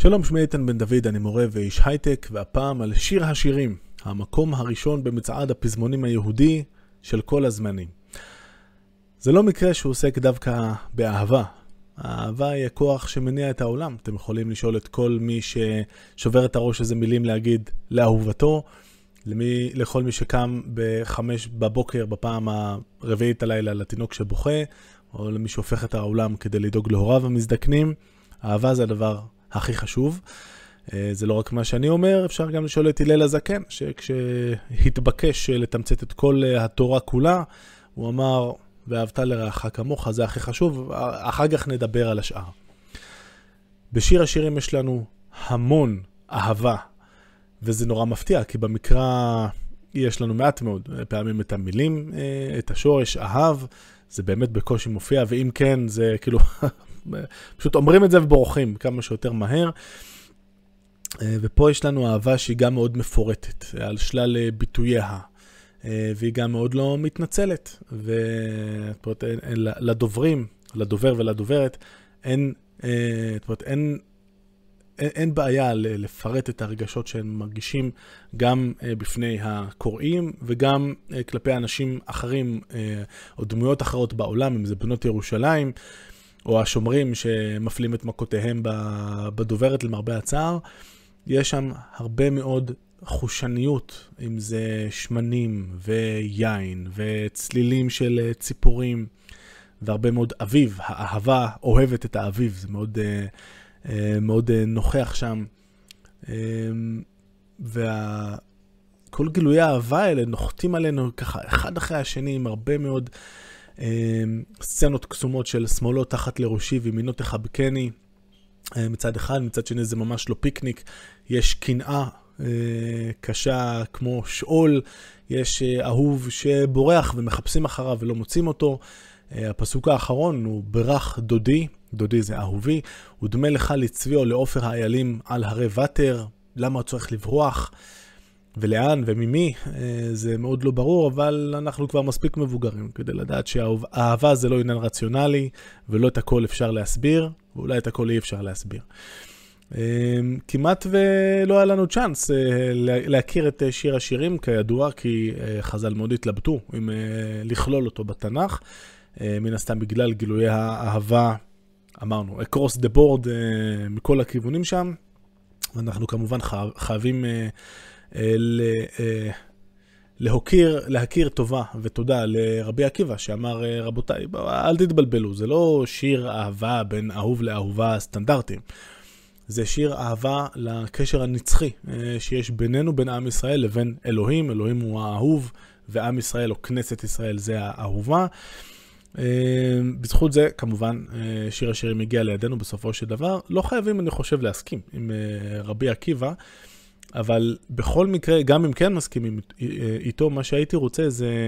שלום, שמי איתן בן דוד, אני מורה ואיש הייטק, והפעם על שיר השירים, המקום הראשון במצעד הפזמונים היהודי של כל הזמנים. זה לא מקרה שהוא עוסק דווקא באהבה. האהבה היא הכוח שמניע את העולם. אתם יכולים לשאול את כל מי ששובר את הראש איזה מילים להגיד לאהובתו, לכל מי שקם ב-5 בבוקר בפעם הרביעית הלילה לתינוק שבוכה, או למי שהופך את העולם כדי לדאוג להוריו המזדקנים. אהבה זה הדבר הכי חשוב. זה לא רק מה שאני אומר, אפשר גם לשאול את הלל הזקן, שכשהתבקש לתמצת את כל התורה כולה, הוא אמר, ואהבת לרעך כמוך, זה הכי חשוב, אחר כך נדבר על השאר. בשיר השירים יש לנו המון אהבה, וזה נורא מפתיע, כי במקרא יש לנו מעט מאוד פעמים את המילים, את השורש אהב, זה באמת בקושי מופיע, ואם כן, זה כאילו, פשוט אומרים את זה ובורחים כמה שיותר מהר. ופה יש לנו אהבה שהיא גם מאוד מפורטת, על שלל ביטוייה, והיא גם מאוד לא מתנצלת. ולדוברים, לדובר ולדוברת, אין בעיה לפרט את הרגשות שהם מרגישים גם בפני הקוראים וגם כלפי אנשים אחרים או דמויות אחרות בעולם, אם זה בנות ירושלים או השומרים שמפלים את מכותיהם בדוברת למרבה הצער. יש שם הרבה מאוד חושניות, אם זה שמנים ויין וצלילים של ציפורים והרבה מאוד אביב. האהבה אוהבת את האביב, זה מאוד נוכח שם, וכל גילויי האהבה האלה נוחתים עלינו ככה אחד אחרי השני עם הרבה מאוד סצנות קסומות של שמאלות תחת לראשי וימינו תחבקני מצד אחד, מצד שני זה ממש לא פיקניק, יש קנאה קשה כמו שאול, יש אהוב שבורח ומחפשים אחריו ולא מוצאים אותו. הפסוק האחרון הוא ברך דודי, דודי זה אהובי, הוא דומה לך לצבי או לעופר האיילים על הרי ותר, למה הוא צריך לברוח ולאן וממי, זה מאוד לא ברור, אבל אנחנו כבר מספיק מבוגרים כדי לדעת שהאהבה זה לא עניין רציונלי, ולא את הכל אפשר להסביר, ואולי את הכל אי אפשר להסביר. כמעט ולא היה לנו צ'אנס להכיר את שיר השירים כידוע, כי חז"ל מאוד התלבטו אם לכלול אותו בתנ"ך, מן הסתם בגלל גילויי האהבה, אמרנו, across the board מכל הכיוונים שם. אנחנו כמובן חייבים להכיר טובה ותודה לרבי עקיבא, שאמר רבותיי, אל תתבלבלו, זה לא שיר אהבה בין אהוב לאהובה סטנדרטיים. זה שיר אהבה לקשר הנצחי שיש בינינו, בין עם ישראל לבין אלוהים. אלוהים הוא האהוב, ועם ישראל או כנסת ישראל זה האהובה. בזכות זה, כמובן, שיר השירים הגיע לידינו בסופו של דבר. לא חייבים, אני חושב, להסכים עם רבי עקיבא, אבל בכל מקרה, גם אם כן מסכימים איתו, מה שהייתי רוצה זה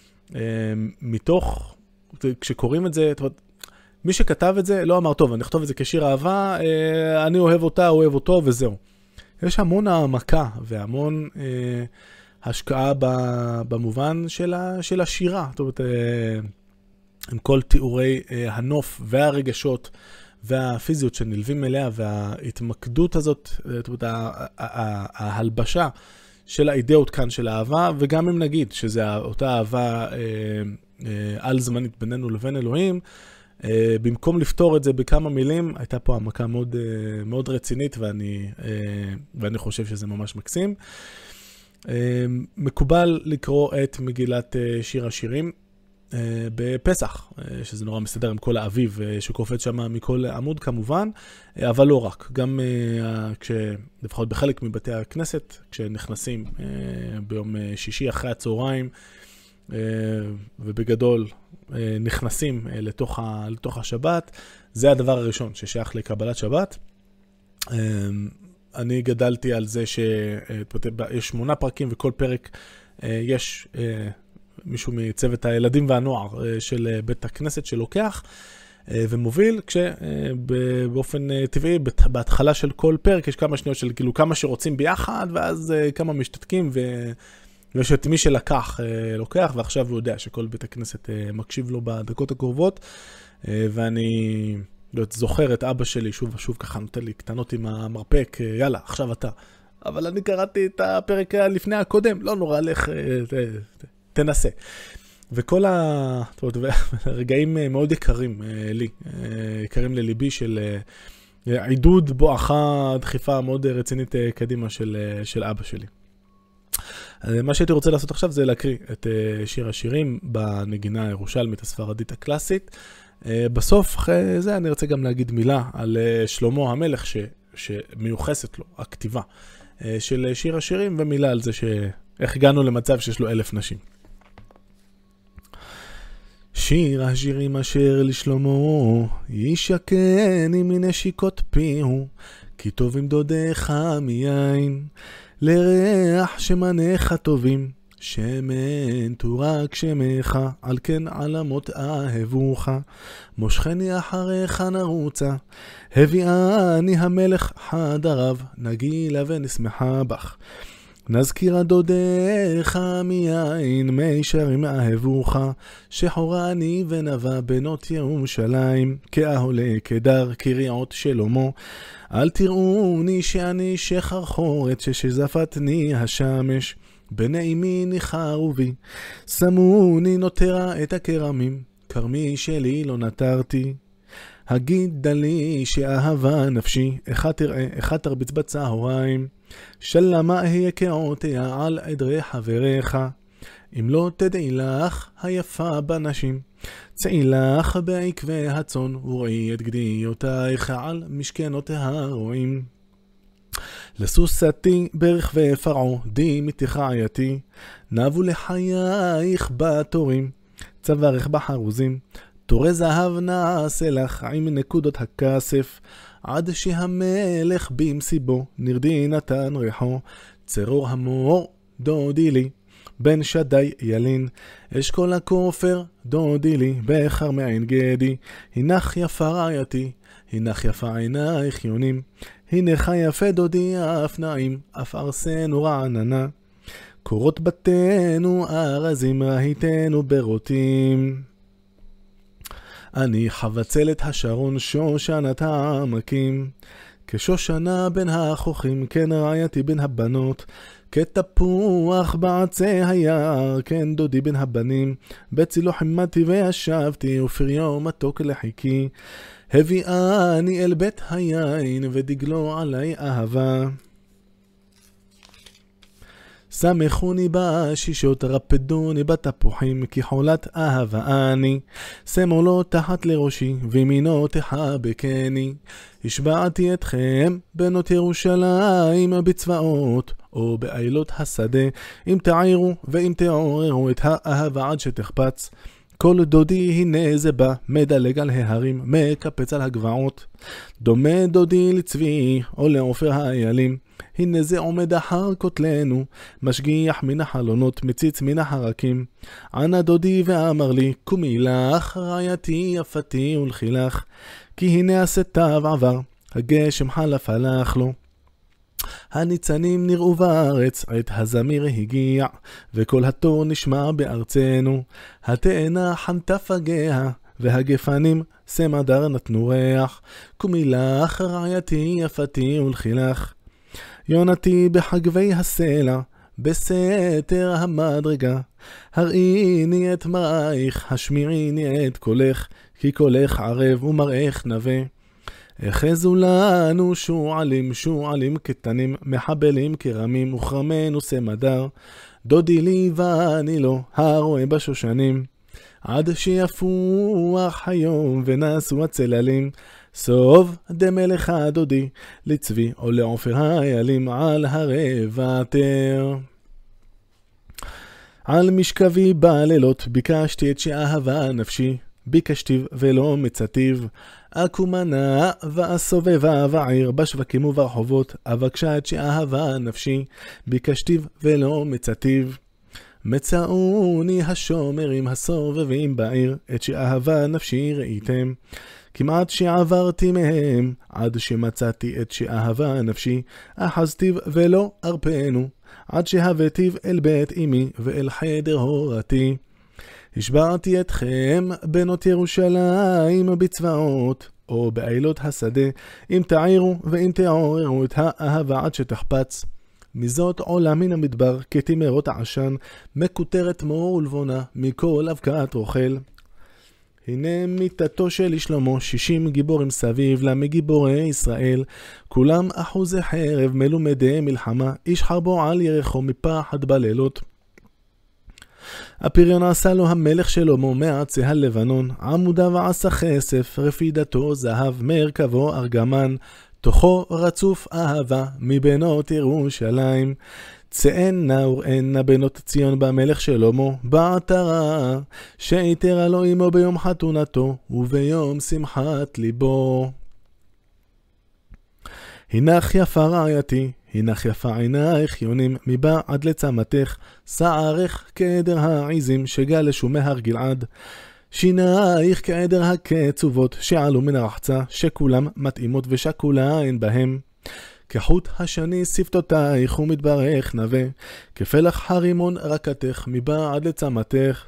מתוך, כשקוראים את זה, מי שכתב את זה לא אמר, טוב, אני אכתוב את זה כשיר אהבה, אני אוהב אותה, אוהב אותו, וזהו. יש המון העמקה והמון השקעה במובן של השירה. זאת אומרת, עם כל תיאורי הנוף והרגשות והפיזיות שנלווים אליה, וההתמקדות הזאת, זאת אומרת, ההלבשה של האידאות כאן של האהבה, וגם אם נגיד שזה אותה אהבה על זמנית בינינו לבין אלוהים, במקום לפתור את זה בכמה מילים, הייתה פה העמקה מאוד, מאוד רצינית, ואני חושב שזה ממש מקסים. מקובל לקרוא את מגילת שיר השירים בפסח, שזה נורא מסתדר עם כל האביב שקופץ שם מכל עמוד כמובן, אבל לא רק. גם לפחות בחלק מבתי הכנסת, כשנכנסים ביום שישי אחרי הצהריים, ובגדול נכנסים לתוך השבת, זה הדבר הראשון ששייך לקבלת שבת. אני גדלתי על זה שיש 8 פרקים, וכל פרק יש מישהו מצוות הילדים והנוער של בית הכנסת שלוקח ומוביל, כשבאופן טבעי בהתחלה של כל פרק יש כמה שניות של כאילו כמה שרוצים ביחד, ואז כמה משתתקים, ויש את מי שלקח לוקח, ועכשיו הוא יודע שכל בית הכנסת מקשיב לו בדקות הקרובות, ואני זוכר את אבא שלי שוב ושוב ככה נותן לי קטנות עם המרפק, יאללה, עכשיו אתה. אבל אני קראתי את הפרק לפני הקודם, לא נורא, לך, תנסה. וכל הרגעים מאוד יקרים לי, יקרים לליבי של עידוד, בואכה, דחיפה מאוד רצינית קדימה של אבא שלי. מה שהייתי רוצה לעשות עכשיו זה להקריא את שיר השירים בנגינה הירושלמית הספרדית הקלאסית. בסוף זה אני רוצה גם להגיד מילה על שלמה המלך שמיוחסת לו הכתיבה של שיר השירים, ומילה על זה איך הגענו למצב שיש לו 1,000 נשים. שיר השירים אשר לשלמה ישכן עם מנשיקות פיהו, כי טובים דודיך מיין לריח שמניך טובים, שמן תורק שמך, על כן עלמות אהבוך, מושכני אחריך נרוצה, הביאני המלך חדריו, נגילה ונשמחה בך. נזכיר דודיך מיין מישרים אהבוך, שחורני ונבא בנות ירושלים, כאהולה כדר קריעות שלמה. אל תראוני שאני שחרחורת, ששזפתני השמש, בנעימי ניחרו בי, שמוני נותרה את הכרמים, כרמי שלי לא נתרתי. הגידה לי שאהבה נפשי, אחד תרביץ בצהריים, שלמה אהיה כאותיה על עדרי חבריך. אם לא תדעי לך היפה בנשים, צאי לך בעקבי הצאן, וראי את גדיותייך על משכנותיה רועים. לסוסתי ברכבי פרעו, דימיתך עייתי, נבו לחייך בתורים, צווארך בחרוזים, תורי זהב נעשה לך עם נקודות הכסף, עד שהמלך במסיבו נרדי נתן ריחו. צרור המור דודי לי, בן שדי ילין, אשכול הכופר דודי לי, בחר מעין גדי. הנך יפה רעייתי, הנך יפה עינייך יונים, הנך יפה דודי אף נעים, אף ארסנו רעננה. קורות בתינו ארזים, ראיתנו ברוטים. אני חבצלת השרון, שושנת העמקים, כשושנה בין החוכים, כן רעייתי בין הבנות, כתפוח בעצי היער, כן דודי בין הבנים, בצילו חימדתי וישבתי, ופריו מתוק לחיקי, הביאני אל בית היין, ודגלו עלי אהבה. שמחוני בשישות, רפדוני בתפוחים, כי חולת אהבה אני, שמו לו תחת לראשי, ומינו תחבקני. השבעתי אתכם בנות ירושלים בצבאות, או בעילות השדה, אם תעירו ואם תעוררו את האהבה עד שתחפץ. כל דודי הנה זה בא, מדלג על ההרים, מקפץ על הגבעות. דומה דודי לצבי, או לעופר האיילים, הנה זה עומד אחר כותלנו, משגיח מן החלונות, מציץ מן החרקים. ענה דודי ואמר לי, קומי לך, רעייתי יפתי ולכי לך, כי הנה הסתיו עבר, הגשם חלף הלך לו. הניצנים נראו בארץ, עת הזמיר הגיע, וכל התור נשמע בארצנו. התאנה חנתה פגיה, והגפנים סמדר נתנו ריח. קומי לך, רעייתי יפתי ולכי לך. יונתי בחגבי הסלע, בסתר המדרגה, הראיני את מראיך, השמיעיני את קולך, כי קולך ערב ומראיך נווה. החזו לנו שועלים, שועלים קטנים, מחבלים כרמים, וכרמנו סמדר, דודי לי ואני לו, הרואה בשושנים. עד שיפוח היום ונסו הצללים, סוב דמלך דודי, לצבי או לעופר האיילים, על הרי ותר. על משכבי בלילות ביקשתי את שאהבה נפשי, ביקשתיו ולא מצאתיו. אקומנה ואסובבה בעיר, בשווקים וברחובות, אבקשה את שאהבה נפשי, ביקשתיו ולא מצאתיו. מצאוני השומרים הסובבים בעיר, את שאהבה נפשי ראיתם. כמעט שעברתי מהם, עד שמצאתי את שאהבה נפשי, אחזתיו ולא ארפנו, עד שהבאתיו אל בית אמי ואל חדר הורתי. השבעתי אתכם בנות ירושלים בצבאות, או בעילות השדה, אם תעירו ואם תעוררו את האהבה עד שתחפץ. מזאת עולה מן המדבר כתימרות העשן, מקוטרת מור ולבונה מכל אבקת רוכל. הנה מיתתו של שלמה 60 גיבורים סביב לה מגיבורי ישראל, כולם אחוזי חרב מלומדי מלחמה, איש חרבו על ירחו מפחד בלילות. הפריון עשה לו המלך שלמה מעצי הלבנון, עמודיו עשה כסף, רפידתו זהב, מרכבו ארגמן, תוכו רצוף אהבה מבנות ירושלים. צאנה וראנה בנות ציון במלך שלמה בעטרה, שיתר לו עמו ביום חתונתו וביום שמחת ליבו. הנך יפה רעייתי, הנך יפה עינייך יונים, מבעד לצמתך, שערך כעדר העיזים שגלשו מהר גלעד. שינייך כעדר הקצובות שעלו מן הרחצה, שכולם מתאימות ושכולה אין בהם. כחוט השני שפתותייך ומדברך נווה, כפלח חרימון רקתך מבעד לצמתך.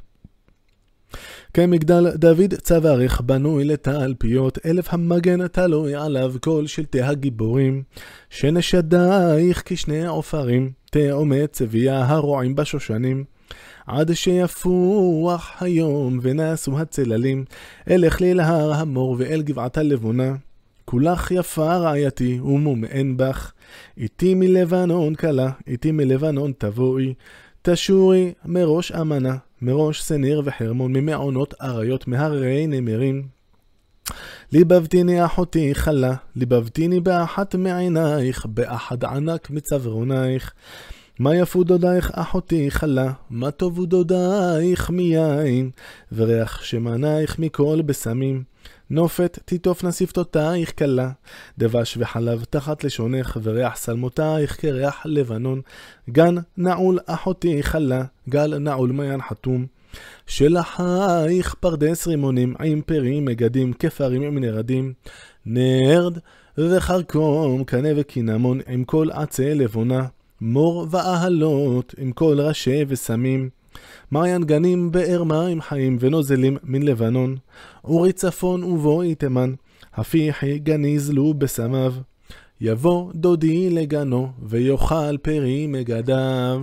כמגדל דוד צווארך בנוי לתלפיות, 1000 המגן תלוי עליו כל שלטי הגיבורים. שנשדייך כשני עופרים, תאומי צביה הרועים בשושנים. עד שיפוח היום ונסו הצללים, אלך לי להר המור ואל גבעת הלבונה. כולך יפה רעייתי ומומען בך, איתי מלבנון קלה, איתי מלבנון תבואי. תשורי מראש אמנה, מראש סניר וחרמון, ממעונות אריות, מהררי נמרים. ליבבתיני אחותי חלה, ליבבתיני באחת מעינייך, באחד ענק מצוורנייך. מה יפו דודייך אחותי חלה, מה טובו דודייך מיין, וריח שמנייך מכל בסמים. נופת תיטוף שפתותייך קלה, דבש וחלב תחת לשונך, וריח סלמותייך כריח לבנון. גן נעול אחותי חלה, גל נעול מעין חתום. שלחייך פרדס רימונים, עם פרים מגדים, כפרים מנרדים. נרד וחרקום, קנה וקינמון, עם כל עצי לבונה. מור ואהלות, עם כל ראשי וסמים. מעיין גנים באר מים חיים, ונוזלים מן לבנון. אורי צפון ובואי תימן, הפיחי גניזלו בסמיו. יבוא דודי לגנו, ויאכל פרי מגדיו.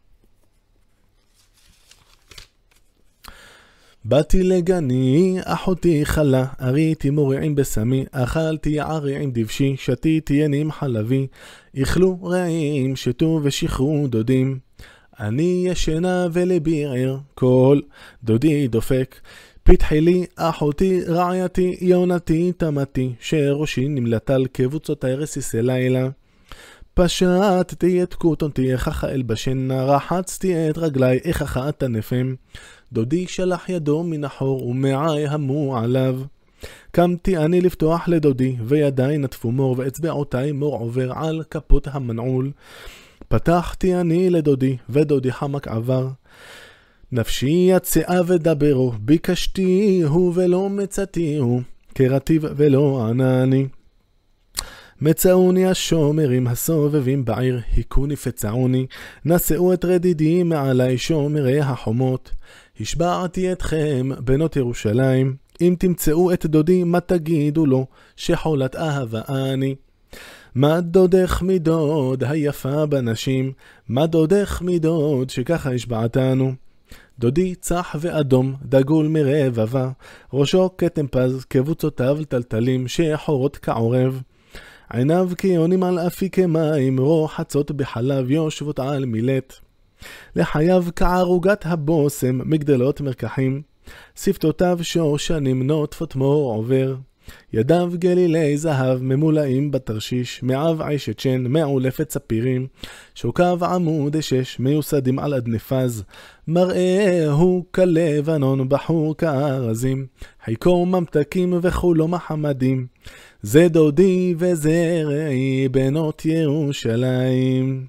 באתי לגני, אחותי חלה, אריתי מורעים בסמי, אכלתי ערעים דבשי, שתיתי ינים חלבי, איכלו רעים, שתו ושחרו דודים. אני ישנה ולבי ער, כל דודי דופק. פתחי לי אחותי רעייתי, יונתי תמתי, שראשי נמלטה על קבוצות הרסיסי לילה. פשטתי את כותונתי, איך אל בשינה, רחצתי את רגלי, איך את הנפם. דודי שלח ידו מן החור, ומעי המו עליו. קמתי אני לפתוח לדודי, וידיי נטפו מור, ואצבעותיי מור עובר על כפות המנעול. פתחתי אני לדודי, ודודי חמק עבר. נפשי יצאה ודברו, ביקשתי הוא ולא מצאתי הוא, קראתיו ולא ענני. מצאוני השומרים הסובבים בעיר, היכוני פצעוני, נשאו את רדידי מעלי שומרי החומות. השבעתי אתכם בנות ירושלים, אם תמצאו את דודי מה תגידו לו, שחולת אהבה אני. מה דודך מדוד היפה בנשים, מה דודך מדוד שככה השבעתנו. דודי צח ואדום, דגול מרבבה, ראשו כתם פז, קבוצותיו טלטלים, שחורות כעורב. עיניו כיונים על אפיקי מים, רוחצות בחלב יושבות על מילט. לחייו כערוגת הבוסם, מגדלות מרקחים, שפתותיו שושנים נוטפות מור עובר. ידיו גלילי זהב ממולאים בתרשיש, מעב עשת שן מעולפת ספירים, שוקיו עמוד 6 מיוסדים על אדנפז, מראהו כלבנון בחור כארזים, חיקו ממתקים וכולו מחמדים. זה דודי וזה רעי בנות ירושלים.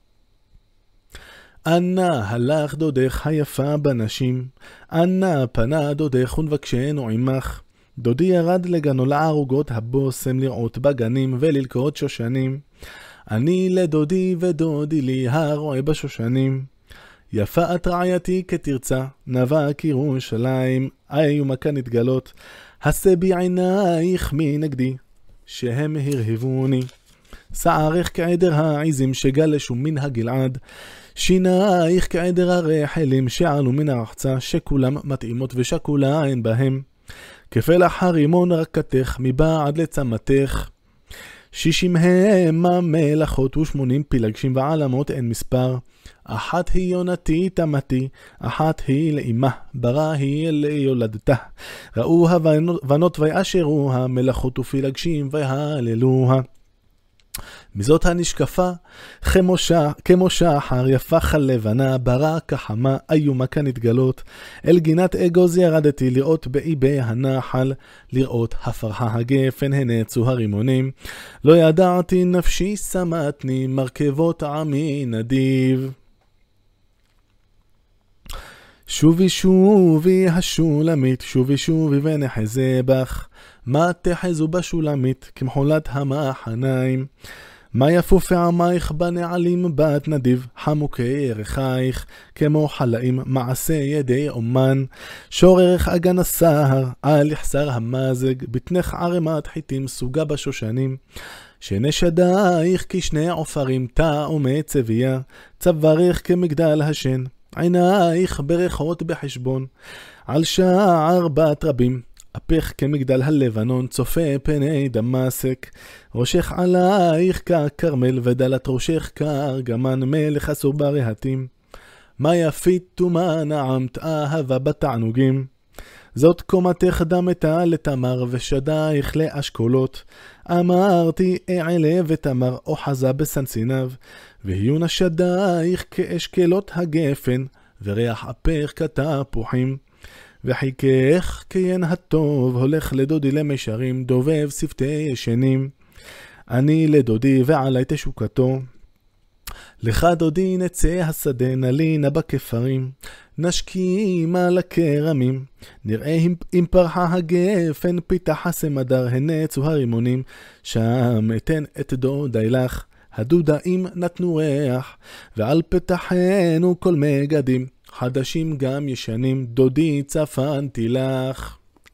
אנה הלך דודך היפה בנשים, אנה פנה דודך ונבקשנו עמך. דודי ירד לגנו לערוגות הבוסם לראות בגנים וללקוט שושנים. אני לדודי ודודי לי הרועה בשושנים. יפה את רעייתי כתרצה, נבע כירושלים, היו מכה נתגלות. הסה בעינייך מנגדי, שהם הרהבוני. שערך כעדר העזים שגלשו מן הגלעד, שינייך כעדר הרחלים שעלו מן הרחצה, שכולם מתאימות ושכולה אין בהם. כפלח הרימון רקתך מבעד לצמתך, 60 המה מלאכות ו80 פילגשים ועלמות אין מספר. אחת היא יונתי תמתי, אחת היא לאמה, ברא היא ליולדתה. ראוה בנות ויאשרוה, מלאכות ופילגשים ויהללוה. מזאת הנשקפה כמו שחר, יפה חלבנה, ברא כחמה, איומה כנתגלות. אל גינת אגוז ירדתי לראות באיבי הנחל, לראות הפרחה הגפן הנעצו הרימונים. לא ידעתי נפשי שמתני, מרכבות עמי נדיב. שובי שובי השולמית, שובי שובי ונחזה בך, מה תחזו בשולמית כמחולת המחניים. מה יפוף עמייך בנעלים בת נדיב, חמוקי ירחייך כמו חלאים מעשה ידי אומן. שוררך אגן הסהר על יחסר המזג, בתנך ערמת חיטים סוגה בשושנים. שנשדייך כשני עופרים תאומי צביה, צווארך כמגדל השן, עינייך ברכות בחשבון. על שער בת רבים, אפך כמגדל הלבנון, צופה פני דמשק. ראשך עלייך ככרמל, ודלת ראשך כארגמן, מלך אסור ברהטים. מה יפית ומה נעמת, אהבה בתענוגים. זאת קומתך דמתה לתמר, ושדייך לאשכולות. אמרתי אעלה ותמר, אוחזה בסנסיניו. והיו נשדייך כאשכלות הגפן, וריח אפך כתפוחים. וחיכך כיין הטוב, הולך לדודי למישרים, דובב שפתי ישנים. אני לדודי ועלי תשוקתו. לך דודי נצא השדה, נלינה בכפרים, נשקים על הכרמים. נראה אם פרחה הגפן, פיתח הסמדר, הנצו הרימונים. שם אתן את דודי לך, הדודאים נתנו ריח, ועל פתחנו כל מגדים, חדשים גם ישנים, דודי צפנתי לך.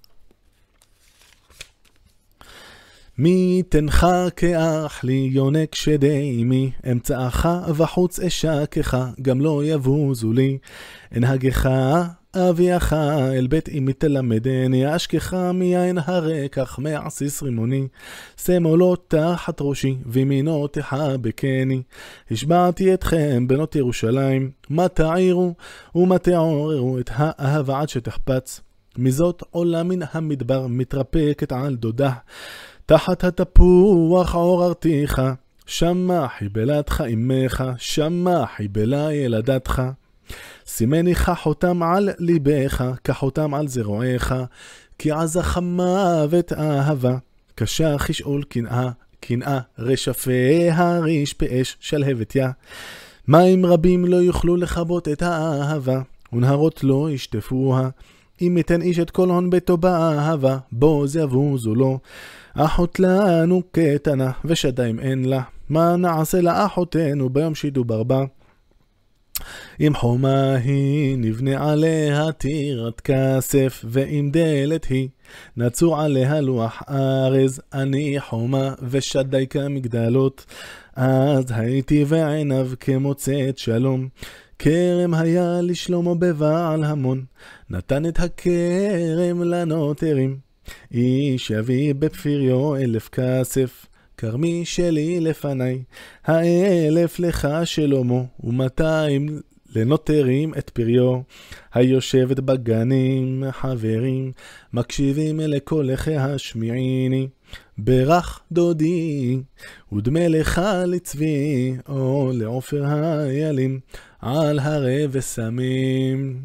מי תנך כאח לי, יונק שדי אמי, אמצעך וחוץ אשקך, גם לא יבוזו לי. אנהגך אביך אל בית אמי תלמדני, אשכך מיין הרקח מעסיס רימוני. שמאלו תחת ראשי וימינו תחבקני. השבעתי אתכם בנות ירושלים, מה תעירו ומה תעוררו את האהבה עד שתחפץ. מזאת עולה מן המדבר, מתרפקת על דודה. תחת התפוח עוררתיך, שמה חיבלתך אמך, שמה חיבלה ילדתך. סימני חותם על ליבך, כחותם על זרועיך, כי עזך מוות אהבה, קשה חשאול קנאה, רשפי הריש באש שלהבת יה. מים רבים לא יוכלו לכבות את האהבה, ונהרות לא ישטפוה. אם יתן איש את כל הון ביתו באהבה, בוז יבוזו לו. אחות לנו קטנה, ושדיים אין לה, מה נעשה לאחותנו ביום שידובר בה? אם חומה היא, נבנה עליה טירת כסף, ואם דלת היא, נצור עליה לוח ארז. אני חומה ושדי כמגדלות, אז הייתי ועיניו כמוצאת שלום. כרם היה לשלמה בבעל המון, נתן את הכרם לנותרים. איש יביא בפריו 1000 כסף, כרמי שלי לפני, 1000 לך שלמה, ו200 לנותרים את פריו. היושבת בגנים חברים, מקשיבים לקולך השמיעיני. ברך דודי, ודמה לך לצבי, או לעופר הילין, על הרי וסמים.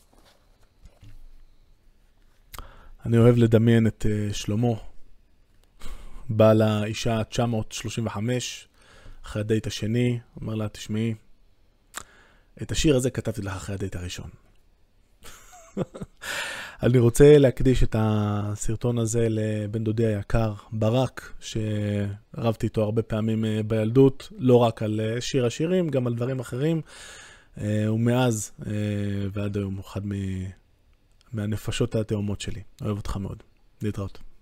אני אוהב לדמיין את שלמה, בא לאישה 935, אחרי הדייט השני, אומר לה, תשמעי, את השיר הזה כתבתי לך אחרי הדייט הראשון. אני רוצה להקדיש את הסרטון הזה לבן דודי היקר, ברק, שרבתי איתו הרבה פעמים בילדות, לא רק על שיר השירים, גם על דברים אחרים, ומאז ועד היום הוא אחד מהנפשות התאומות שלי. אוהב אותך מאוד. להתראות.